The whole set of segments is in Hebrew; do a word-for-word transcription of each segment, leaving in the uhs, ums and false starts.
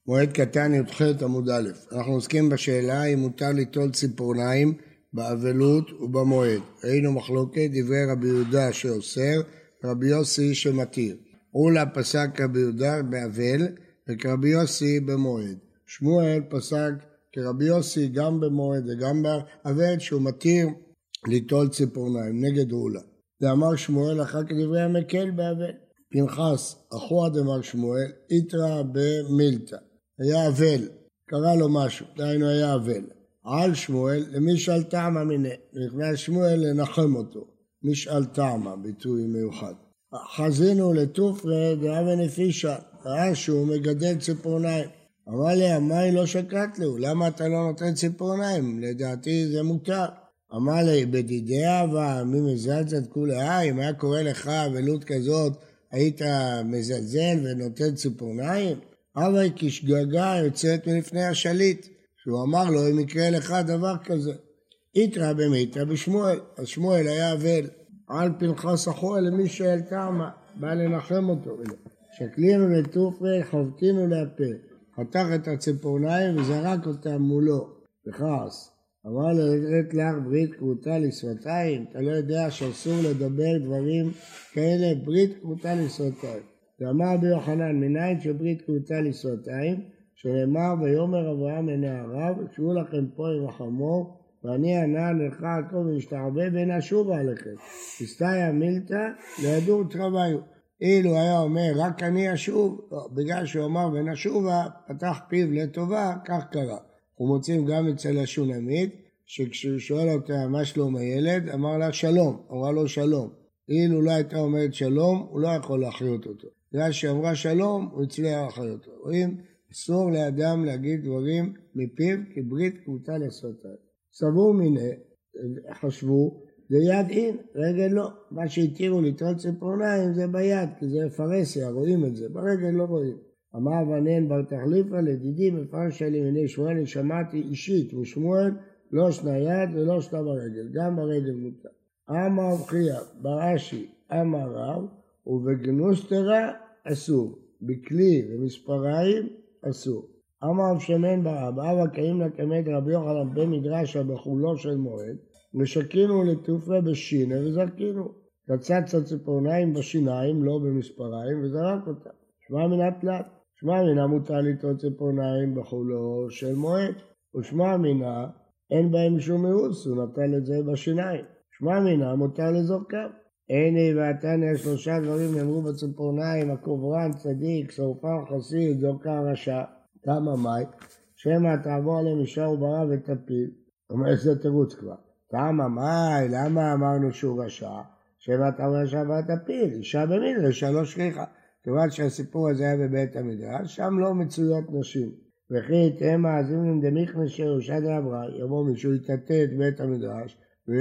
מועד קטן י"ח עמוד א', אנחנו עוסקים בשאלה אם מותר ליטול ציפורניים באבלות ובמועד. ראינו מחלוקת דברי רבי יהודה שאוסר, רבי יוסי שמתיר. אולה פסק רבי יהודה באבל וכרבי יוסי במועד. שמואל פסק כרבי יוסי גם במועד וגם באבל שהוא מתיר ליטול ציפורניים נגד אולה. ואמר שמואל אחר כדברי המקל באבל. פנחס, אחו דמר שמואל, איתרא במילתא. היה אבל, קרא לו משהו, דהיינו היה אבל. על שמואל, למשאל טעמה מיניה. נכנס שמואל לנחם אותו. משאל טעמה, ביטוי מיוחד. חזינו לתופרי דאבן נפישה, ראה שהוא מגדל ציפורניים. אמר לי, אמי לא שקט לו, למה אתה לא נותן ציפורניים? לדעתי זה מותר. אמר לי, בדידי אהבה, מי מזלזל כולה, אם היה קורא לך אבלות כזאת, היית מזלזל ונותן ציפורניים? אבל כשגגה יוצאת מלפני השליט, שהוא אמר לו, אם יקרה לך דבר כזה. איתרא במיתרא בשמואל, אז שמואל היה אבל, על פנחס אחו למי שאל טעמה, בא לנחם אותו. שקלינו לתופרי, חבטינו להפה, חתך את הציפורניים וזרק אותם מולו, וכעס. אמר לו, לראת לך ברית כרותה לשפתיים, אתה לא יודע שאסור לדבר דברים כאלה, ברית כרותה לשפתיים. ואמר רבי יוחנן, מניין שברית כרותה לשפתיים, שנאמר ויאמר אברהם לנעריו, שבו לכם פה עם החמור, ואני הנער לך הכל ונשתערבה ונשובה עליכם. הסתייע מילתא לידור תרוויו. אילו היה אומר, רק אני אשוב, בגלל שהוא אמר ונשובה, פתח פיו לטובה, כך קרה. אנחנו מוצאים גם אצל השונמית, שכשהוא שואל אותה מה שלום הילד, אמר לה שלום, אמרה לו שלום. אילו לא הייתה אומרת שלום, הוא לא יכול להחיות אותו. בגלל שאמרה שלום, הוא הצליח להחיות אותו. רואים, אסור לאדם להגיד דברים מפיו, כי ברית כרותה לשפתיים. סבור מיני, חשבו, זה יד אין, רגל לא. מה שהתירו ליטול ציפורניים זה ביד, כי זה פרסיה, רואים את זה, ברגל לא רואים. אמר ונן בר תחליפה לדידי מפרשה לי מיני שמואל, שמעתי אישית ושמואל לא שנה יד ולא שנה ברגל, גם ברגל מותר. אמר וחיה ברש"י אמר רב ובגנוסטרה אסור, בכלי ומספריים אסור. אמר שמן ברב, אבא קיים לקמת רבי יוחנן במדרשה בחולו של מועד, משקינו לתופרי בשינה וזרקינו. קצץ הציפורניים בשיניים, לא במספריים, וזרק אותם. שמע מן התלת, שמע מן המותר ליטול ציפורניים בחולו של מועד, ושמע מן אין בהם שום מאוס, הוא נטל את זה בשיניים. שמע מן מותר לזורקם. הנה ועתניה שלושה דברים נאמרו בציפורניים, הקוברן, צדיק, שרופן, חסיד, זורקה רשע. כמה מי? שמא תעבור עליהם אישה וברא ותפיל. אומר שזה תירוץ כבר. כמה מי? למה אמרנו שהוא רשע? שמא תעבור רשע ותפיל. אישה במדרש, לא שכיחה. כיוון שהסיפור הזה היה בבית המדרש, שם לא מצויות נשים. וכי תהם מאזינים דמיכנה שרושע דאברה, יבוא מישהו יטטה את בית המדרש,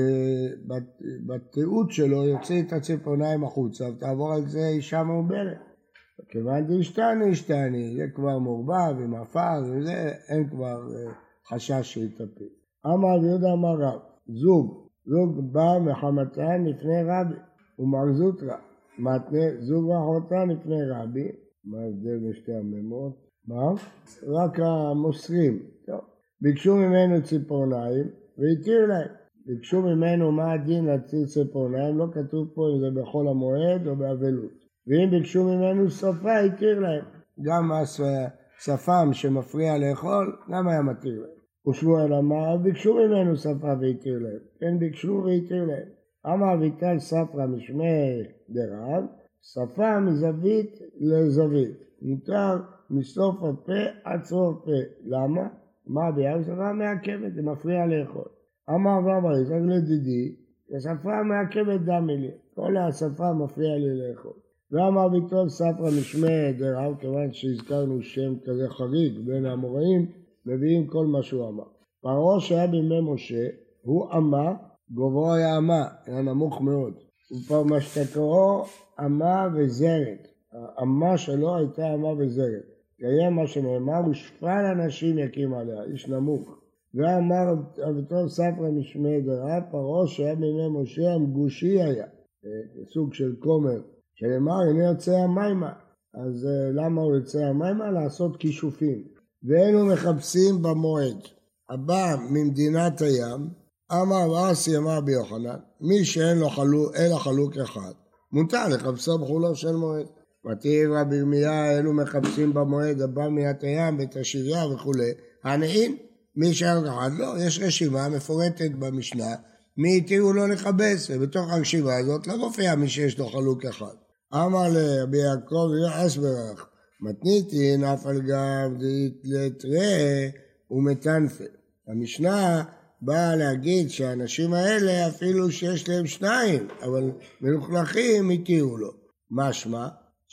ובתיעוד שלו יוצא את הציפורניים החוצה, ותעבור על זה אישה מעוברת. כיוון דשתני השתני, זה כבר מורבב עם עפר, וזה אין כבר חשש שיטפל. אמר יהודה אמר רב, זוג, זוג בא מחמתן לפני רבי, ומר זוטרא, מתנה זוג מחמתן לפני רבי, מה ההבדל בשתי הממות? מה? רק המוסרים. טוב. ביקשו ממנו ציפורניים, והתיר להם. ביקשו ממנו מה הדין להציל ציפורניים, לא כתוב פה אם זה בחול המועד או באבלות. ואם ביקשו ממנו שפה, התיר להם. גם השפם שמפריע לאכול, גם היה מתיר להם. ושמואל אמר, ביקשו ממנו שפה והתיר להם. כן, ביקשו והתיר להם. אמר ויטל ספרא משמי דרב, שפה מזווית לזווית. מותר מסוף הפה עד סוף הפה. למה? מה ביום שפה מעכבת, זה מפריע לאכול. אמר רבא, יצחק לדידי, השפה מעכבת דם לי. כל השפה מפריע לי לאכול. ואמר ביטול ספרא משמי דרב, כיוון שהזכרנו שם כזה חריג בין האמוראים, מביאים כל מה שהוא אמר. פרעה שהיה בימי משה, הוא אמה, גוברו היה אמה, היה נמוך מאוד. ופרמשתקרו אמה וזרת. האמה שלו הייתה אמה וזרת. קיים מה שנאמר, ושפל אנשים יקים עליה, איש נמוך. ואמר ביטול ספרא משמי דרב, פרעה שהיה בימי משה, המגושי היה, סוג של כומר. שנאמר, הנה יוצא המימה, אז למה הוא יוצא המימה? לעשות כישופים. ואלו מחפשים במועד. הבא ממדינת הים, אמר אסי אמר רבי יוחנן, מי שאין לו חלוק, אלא חלוק אחד, מותר לחפשו בחולו של מועד. מתיב רבי ירמיה, אלו מחפשים במועד הבא ממדינת הים, בית השביה וכו'. הנעין, מי שאין לו אחד, לא, יש רשימה מפורטת במשנה, מי התירו לו לכבס, ובתוך הרשימה הזאת לא מופיע מי שיש לו חלוק אחד. אמר לרבי יעקב אסברך, מתניתין אף על גב לתראה ומתנפה. המשנה באה להגיד שהאנשים האלה אפילו שיש להם שניים, אבל מלוכלכים התירו לו. משמע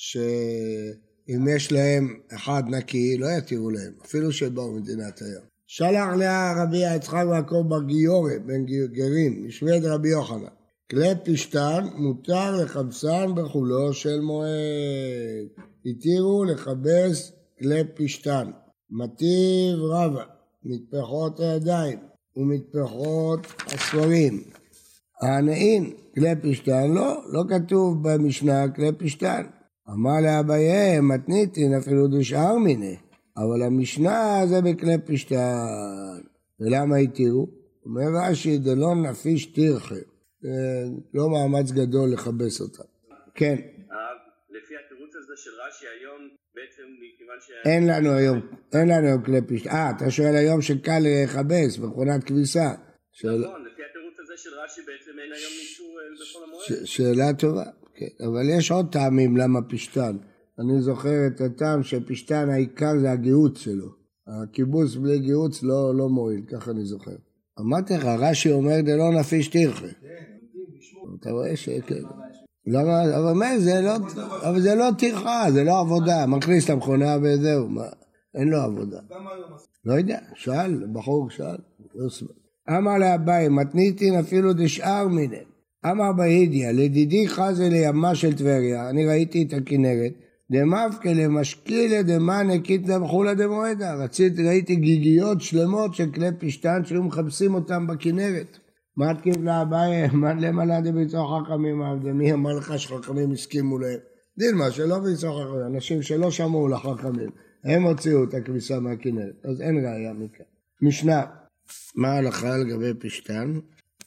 שאם יש להם אחד נקי לא יתירו להם, אפילו שבאו מדינת הים. שלח לה רבי יצחק ויעקב בר גיורא בן גרים, משמד רבי יוחנן. כלי פשתן מותר לכבסן בחולו של מועד. התירו לכבס כלי פשתן. מטיב רבה, מטפחות הידיים ומטפחות הספרים. הענאים, כלי פשתן לא, לא כתוב במשנה כלי פשתן. אמר לאביי, מתניתין אפילו דשאר מיני, אבל המשנה זה בכלי פשתן. ולמה התירו? אומר רש"י, דלא נפיש תירחה. לא מאמץ גדול לכבס אותה. כן. לפי התירוץ הזה של רש"י היום, בעצם מכיוון ש... אין לנו היום, אין לנו היום כלי פשתן. אה, אתה שואל היום שקל לכבס, במכונת כביסה. נכון, לפי התירוץ הזה של רש"י בעצם אין היום אישור בכל המועד. שאלה טובה, כן. אבל יש עוד טעמים למה פשתן. אני זוכר את הטעם שפשתן העיקר זה הגאות שלו. הקיבוץ בלי גאות לא, לא מועיל, ככה אני זוכר. אמרתי לך, רש"י אומר דלא נפיש תירחה. אתה רואה שכן. למה? אבל מה, זה לא, אבל זה לא טרחה, זה לא עבודה. מכניס למכונה וזהו, אין לו עבודה. לא יודע, שאל, בחור שאל. אמר לאביי, מתניתין אפילו דשאר מיני. אמר בהידיה, לדידי חזה לימה של טבריה, אני ראיתי את הכנרת, דמפקה למשקילה דמה נקית למחולה דמועדה. רציתי, ראיתי גיגיות שלמות של כלי פשתן שהיו מחפשים אותם בכנרת. מה תקיף לאביי, למה לא דביצור חכמים עבדה, מי אמר לך שחכמים הסכימו להם? דילמה, שלא ביצור חכמים, אנשים שלא שמעו לחכמים, הם הוציאו את הכביסה מהכנרת, אז אין ראייה מכאן. משנה, מה ההלכה לגבי פשתן?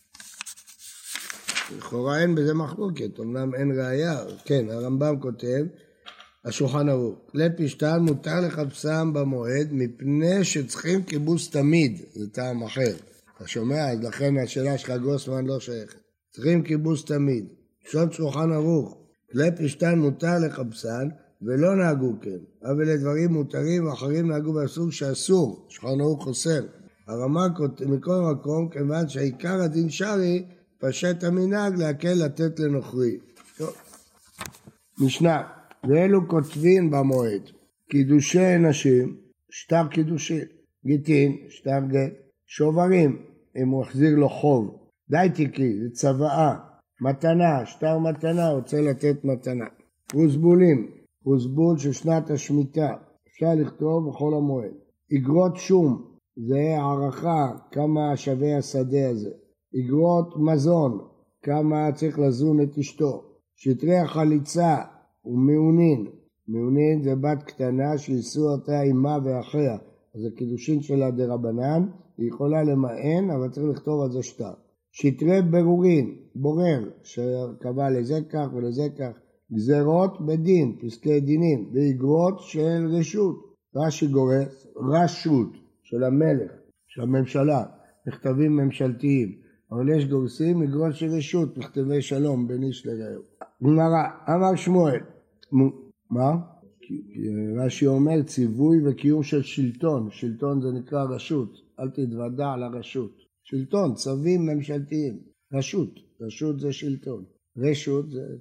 לכאורה אין בזה מחלוקת, אמנם אין ראייה, כן, הרמב"ם כותב, השולחן ערוך, כלי פשתן מותר לחפשם במועד מפני שצריכים כיבוס תמיד, זה טעם אחר. אתה שומע? אז לכן השאלה שלך גוסמן לא שייכת. צריכים כיבוס תמיד. שום שולחן ערוך, כלי פשתן מותר לחפשן ולא נהגו כן. אבל לדברים מותרים ואחרים נהגו בסוג שאסור. שולחן ערוך חוסר. הרמה מכל מקום, כיוון שהעיקר הדין שרי פשט המנהג להקל לתת לנוכרי. טוב. משנה, ואלו כותבים במועד. קידושי נשים, שטר קידושי. גיטין, שטר גט. שוברים, אם הוא החזיר לו חוב. די תיקי, זה צוואה. מתנה, שטר מתנה, רוצה לתת מתנה. רוסבולים, רוסבול של שנת השמיטה. אפשר לכתוב בכל המועד. אגרות שום, זה הערכה כמה שווה השדה הזה. אגרות מזון, כמה צריך לזון את אשתו. שטרי החליצה ומעונין. מעונין זה בת קטנה שיסו אותה אימה ואחיה. אז הקידושין שלה דרבנן, היא יכולה למען, אבל צריך לכתוב על זה שטר. שטרי ברורין, בורר, שקבע לזה כך ולזה כך. גזרות בדין, פסקי דינים, ואגרות של רשות. רש"י גורס, רשות של המלך, של הממשלה, מכתבים ממשלתיים. אבל יש גורסים אגרות של רשות, מכתבי שלום בין איש לרעהו. גמרא, אמר שמואל, מה? רש"י אומר ציווי וקיום של שלטון, שלטון זה נקרא רשות, אל תתוודע על הרשות. שלטון, צווים ממשלתיים, רשות, רשות זה שלטון, רשות זה...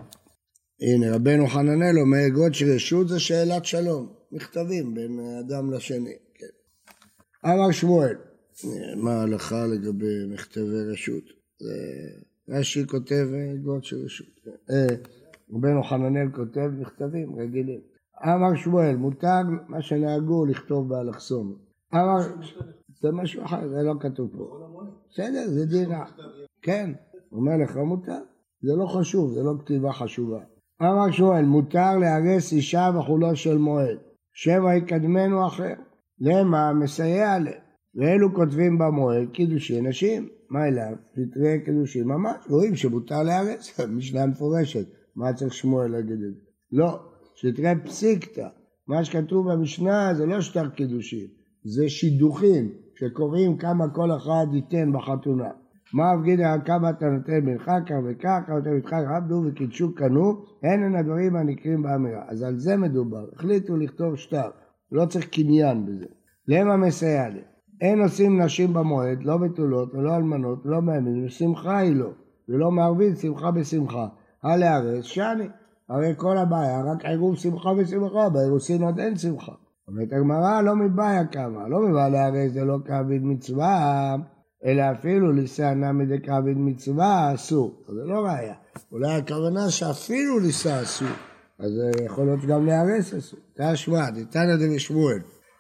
הנה רבנו חננאל אומר, אגרות של רשות זה שאלת שלום, מכתבים בין אדם לשני. כן. אמר שמואל, מה ההלכה לגבי מכתבי רשות? רש"י כותב אגרות של רשות. רבנו חננאל כותב מכתבים רגילים. אמר שמואל, מותר מה שנהגו לכתוב באלכסון. אמר, זה משהו אחר, זה לא כתוב פה. בסדר, זה דירה. כן, אומר לך מותר. זה לא חשוב, זה לא כתיבה חשובה. אמר שמואל, מותר להרס אישה בחולו של מועד, שבע יקדמנו אחר, למה מסייע להם, ואלו כותבים במועד קידושי נשים, מה אליו? שתראה קידושי ממש, רואים שמותר להרס, משנה מפורשת, מה צריך שמואל להגיד את זה? לא, שתראה פסיקתא, מה שכתוב במשנה זה לא שטר קידושין, זה שידוכים, שקוראים כמה כל אחד ייתן בחתונה. מה אבגידה כמה אתה נותן בנך כך וכך, כמה אתה מתך עבדו וקידשו קנו, הן הן הדברים הנקרים באמירה. אז על זה מדובר, החליטו לכתוב שטר, לא צריך קניין בזה. למה מסייע לי? אין עושים נשים במועד, לא בתולות ולא אלמנות ולא מאמין, ושמחה היא לא, ולא מערבית שמחה בשמחה. הלהרס שאני, הרי כל הבעיה, רק עירוב שמחה ושמחה, באירוסין עוד אין שמחה. אומרת הגמרא לא מבעיה כמה, לא מבעיה להרס זה לא כעביד מצווה, אלא אפילו לישא נמי דכעביד מצווה אסור, זה לא ראיה. אולי הכוונה שאפילו לישא אסור, אז זה יכול להיות גם להרס אסור. תשמע, תנא דבשמואל,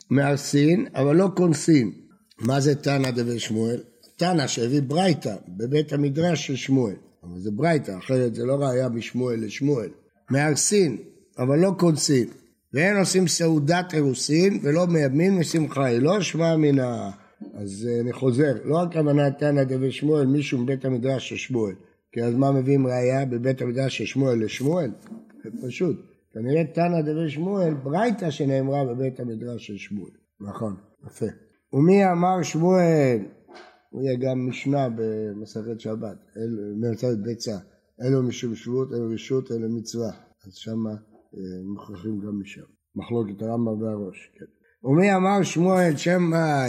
מארסין אבל לא כונסין. מה זה תנא דבשמואל? תנא שהביא ברייתא בבית המדרש של שמואל, אבל זה ברייתא, אחרת זה לא ראיה משמואל לשמואל. מארסין אבל לא כונסין, ואין עושים סעודת אירוסין ולא מיימין משמחה, היא לא שמע מן ה... אז אני חוזר, לא הכוונה תנא דבשמואל מישהו מבית המדרש של שמואל, כי אז מה מביאים ראיה בבית המדרש של שמואל לשמואל? זה פשוט, כנראה תנא דבשמואל ברייתא שנאמרה בבית המדרש של שמואל. נכון, יפה. ומי אמר שמואל, הוא יהיה גם משנה במסכת שבת, במסכת ביצה, אלו משום שבות, אלו רשות, אלו מצווה, אז שם מוכרחים גם משם, מחלוקת הרמב"ם והראש. כן. ומי אמר שמואל שמא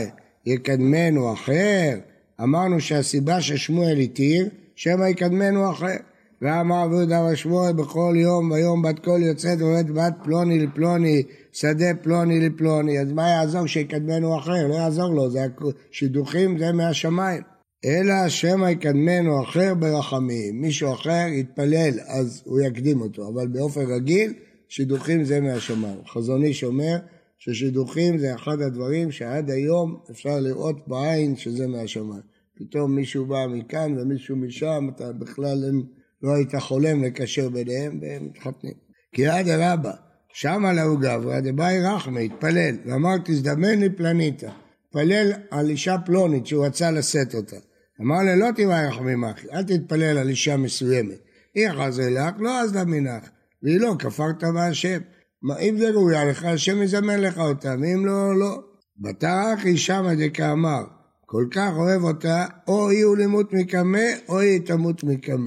יקדמנו אחר, אמרנו שהסיבה ששמואל התיר, שמא יקדמנו אחר. ואמר רבי יהודה ושמואל בכל יום ויום בת קול יוצאת ואומרת בת פלוני לפלוני, שדה פלוני לפלוני, אז מה יעזור שיקדמנו אחר? לא יעזור לו, זה שידוכים זה מהשמיים. אלא שמא יקדמנו אחר ברחמים, מישהו אחר יתפלל אז הוא יקדים אותו, אבל באופן רגיל שידוכים זה מהשמיים. חזון איש אומר ששידוכים זה אחד הדברים שעד היום אפשר לראות בעין שזה מהשמיים. פתאום מישהו בא מכאן ומישהו משם, אתה בכלל לא היית חולם לקשר ביניהם והם מתחתנים. כי עד הרבה, שמה לאו גברא, דבאי רחמי, התפלל, ואמר תזדמן לי פלניתא, התפלל על אישה פלונית שהוא רצה לשאת אותה. אמר לה לא תבאי רחמי מחי, אל תתפלל על אישה מסוימת. היא חזר לך, לא אז למינך, והיא לא, כפרת בהשם. אם זה ראויה לך, השם יזמן לך אותה, ואם לא, לא. בתרח היא שמה דקאמר, כל כך אוהב אותה, או היא הוא למות מקמה, או היא תמות מקמה.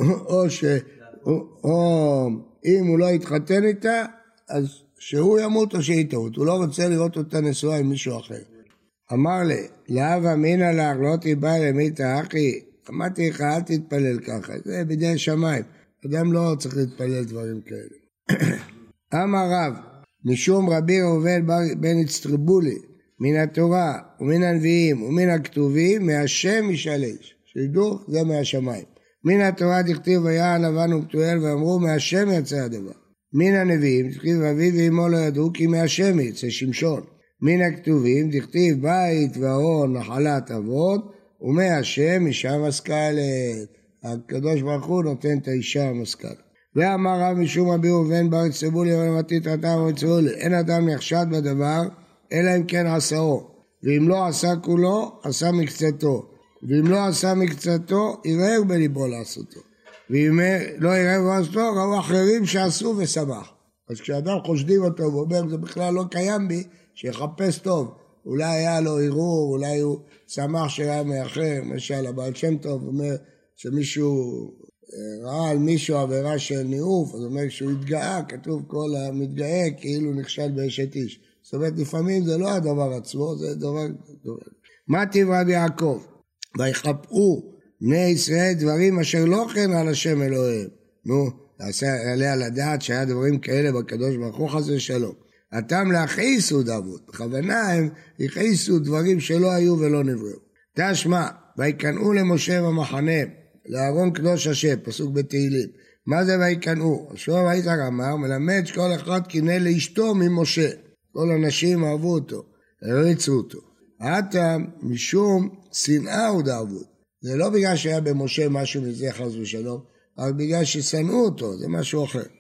או ש... או, או אם הוא לא יתחתן איתה, אז שהוא ימות או שהיא תמות. הוא לא רוצה לראות אותה נשואה עם מישהו אחר. אמר לי, לאו אמינא לך, לא תיבא למיתא אחי. אמרתי לך, אל תתפלל ככה. זה בידי שמיים. אדם לא צריך להתפלל דברים כאלה. אמר רב, משום רבי ראובן בן אצטרבולי, מן התורה ומן הנביאים ומן הכתובים, מהשם ישאלש. שידוך זה מהשמיים. מן התורה דכתיב ויען לבן ופתואל ואמרו מהשם יצא הדבר. מן הנביאים דכתיב אביו ואמו לא ידעו כי מהשם יצא שמשון. מן הכתובים דכתיב בית ואהרון נחלת אבות ומהשם אישה משכלת. הקדוש ברוך הוא נותן את האישה המשכלת. ואמר רב משום רבי ראובן בר אצטרבולי ולמתית רתם ומצאולי, אין אדם נחשד בדבר אלא אם כן עשאו, ואם לא עשה כולו עשה מקצתו, ואם לא עשה מקצתו ערער בליבו לעשותו, ואם לא ערער לעשותו ראו אחרים שעשו ושמח. אז כשאדם חושדים אותו ואומר זה בכלל לא קיים בי, שיחפש טוב, אולי היה לו ערעור, אולי הוא שמח שהיה מאחר. למשל הבעל שם טוב אומר שמישהו ראה על מישהו עבירה של ניאוף, אז אומר שהוא התגאה, כתוב כל המתגאה כאילו נכשל באשת איש. זאת אומרת לפעמים זה לא הדבר עצמו, זה דבר גדול. מה טיב רבי יעקב? ויחפאו בני ישראל דברים אשר לא כן על השם אלוהיהם. נו, עליה לדעת שהיה דברים כאלה בקדוש ברוך הוא חס ושלום. הטעם להכעיסו דאבות, בכוונה הם הכעיסו דברים שלא היו ולא נבראו. תשמע, ויקנאו למשה במחנה, לאהרון קדוש השם, פסוק בתהילים. מה זה ויקנאו? השור ויצחק אמר, מלמד שכל אחד קינא לאשתו ממשה. כל הנשים אהבו אותו, הריצו אותו. הטעם משום שנאה הוא דאבות. זה לא בגלל שהיה במשה משהו מזה חס ושלום, אבל בגלל ששנאו אותו, זה משהו אחר.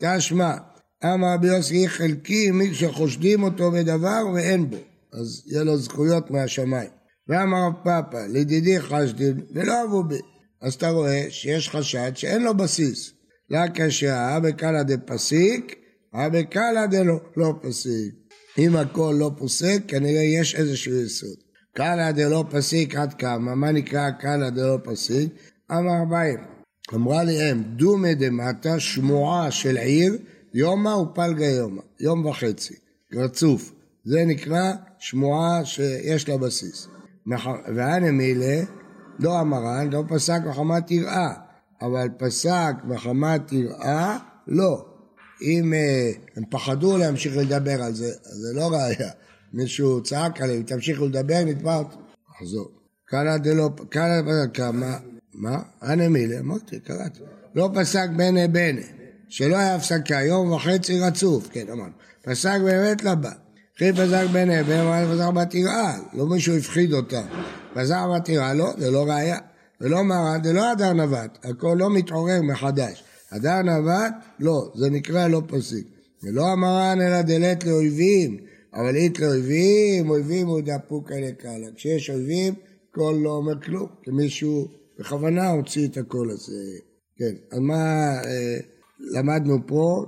תשמע, אמר רבי יוסי חלקי מי שחושדים אותו בדבר ואין בו, אז יהיה לו זכויות מהשמיים. ואמר רב פאפא, לדידי חשדין ולא אבו בי. אז אתה רואה שיש חשד שאין לו בסיס. לא כשעה, בקלה דה פסיק, בקלה דה לא, לא פסיק. אם הכל לא פוסק, כנראה יש איזשהו יסוד. קלה דה לא פסיק עד כמה, מה נקרא קלה דה לא פסיק? אמר ארבעים, אמרה לי אם, דומה דמטה, שמועה של עיר, יומה ופלגה יומה, יום וחצי, רצוף. זה נקרא שמועה שיש לה בסיס. ואנה מילה, לא אמרן, לא פסק מחמת יראה, אבל פסק מחמת יראה, לא. אם uh, הם פחדו להמשיך לדבר על זה, אז זה לא ראיה. מישהו צעק עליהם, תמשיכו לדבר, נתבעת. אחזור. קלה דלא, קלה פסק, מה? מה? אנה מילה, אמרתי, קראתי. לא פסק בנה בנה, שלא היה הפסקה, יום וחצי רצוף, כן, אמרנו. פסק באמת לבא. אחי פסק בנה בנה, פסק בתיראה, לא מישהו הפחיד אותם. פסק בתיראה, לא, זה לא ראיה. ולא מרן, זה לא הדר נבט, הכל לא מתעורר מחדש. הדר נבט, לא, זה נקרא לא פסיק. ולא המרן אלא דלת לאויבים, אבל אית לאויבים, אויבים הוא דפוק כאלה קלה. כשיש אויבים, כל לא אומר כלום, כי מישהו בכוונה הוציא את הכל הזה. כן, אז מה אה, למדנו פה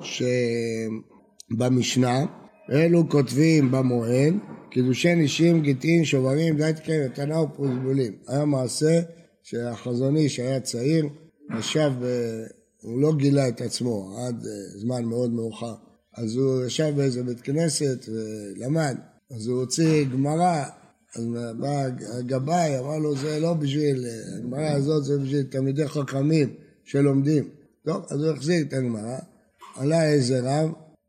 שבמשנה, אלו כותבים במועד, קידושי נשים, גיטין, שוברים, דעת כאלה, תנא ופרוזבולים. היה מעשה שהחזון איש שהיה צעיר, ישב, הוא לא גילה את עצמו עד זמן מאוד מאוחר, אז הוא ישב באיזה בית כנסת ולמד, אז הוא הוציא גמרא, אז בא הגבאי, אמר לו זה לא בשביל, הגמרא הזאת זה בשביל תלמידי חכמים שלומדים. טוב, אז הוא החזיר את הגמרא, עלה איזה רב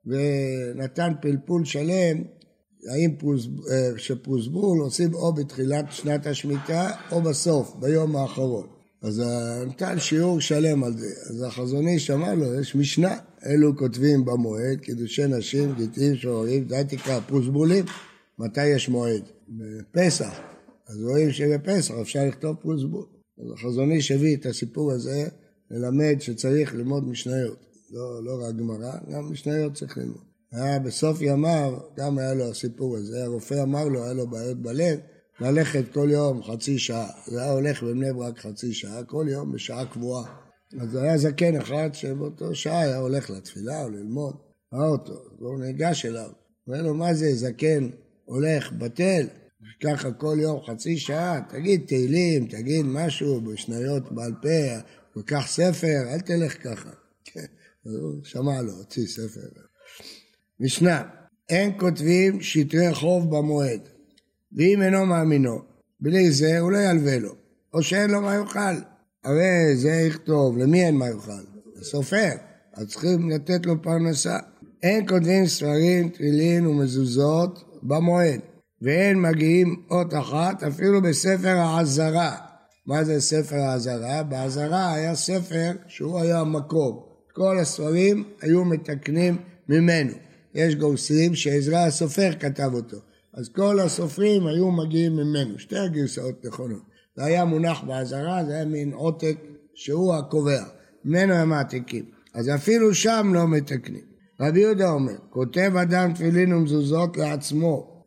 ונתן פלפול שלם, האם שפרוזבול עושים או בתחילת שנת השמיטה או בסוף, ביום האחרון. אז נתן שיעור שלם על זה. אז החזון איש אמר לו, יש משנה, אלו כותבים במועד, קידושי נשים, גיטין, שוברים, זה תקרא פרוזבולים. מתי יש מועד? בפסח. אז רואים שבפסח אפשר לכתוב פרוזבול. אז החזון איש הביא את הסיפור הזה, ללמד שצריך ללמוד משניות. לא, לא רק גמרא, גם משניות צריך ללמוד. היה בסוף ימיו, גם היה לו הסיפור הזה, הרופא אמר לו, היה לו בעיות בלב, ללכת כל יום חצי שעה, זה היה הולך בבני ברק חצי שעה, כל יום בשעה קבועה. אז היה זקן אחד שבאותו שעה היה הולך לתפילה או ללמוד, ראה אותו, והוא ניגש אליו, ואומר לו, מה זה זקן הולך בטל, ככה כל יום חצי שעה, תגיד תהילים, תגיד משהו בשניות בעל פה, וקח ספר, אל תלך ככה. אז הוא שמע לו, הוציא ספר. משנה, אין כותבים שטרי חוב במועד, ואם אינו מאמינו, בלי זה הוא לא ילווה לו, או שאין לו מה יאכל, הרי זה יכתוב, למי אין מה יאכל? לסופר, אז צריכים לתת לו פרנסה. אין כותבים ספרים, תפילין ומזוזות במועד, ואין מגיעים אות אחת, אפילו בספר העזרה. מה זה ספר העזרה? בעזרה היה ספר שהוא היה המקור, כל הספרים היו מתקנים ממנו. יש גורסים שעזרא הסופר כתב אותו, אז כל הסופרים היו מגיעים ממנו, שתי הגרסאות נכונות. זה היה מונח בעזרה, זה היה מין עותק שהוא הקובע, ממנו הם מעתיקים, אז אפילו שם לא מתקנים. רבי יהודה אומר, כותב אדם תפילין ומזוזות לעצמו,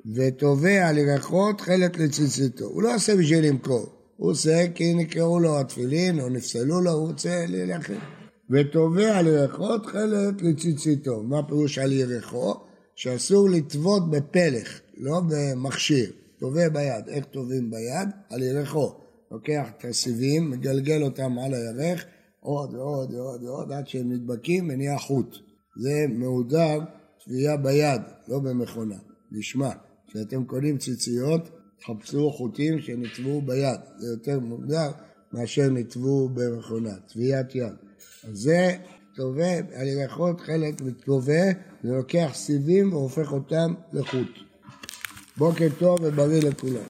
ותובע לריחות חלק לציציתו, הוא לא עושה בשביל למכור, הוא עושה כי נקראו לו התפילין או נפסלו לו, הוא רוצה ללכת. ותובע על ירחו תכלת לציציתו. מה פירוש על ירחו? שאסור לטוות בפלך, לא במכשיר. תובע ביד. איך תובעים ביד? על ירחו. לוקח את הסיבים, מגלגל אותם על הירך, עוד ועוד ועוד ועוד, עד שהם נדבקים ונהיה חוט. זה מהודר תביעה ביד, לא במכונה. לשמה, כשאתם קונים ציציות, תחפשו חוטים שנטבעו ביד. זה יותר מוגדר מאשר נטבעו במכונה. תביעת יד. אז זה תובע, על ירחות חלק מתובע, זה לוקח סיבים והופך אותם לחוט. בוקר טוב ובריא לכולם.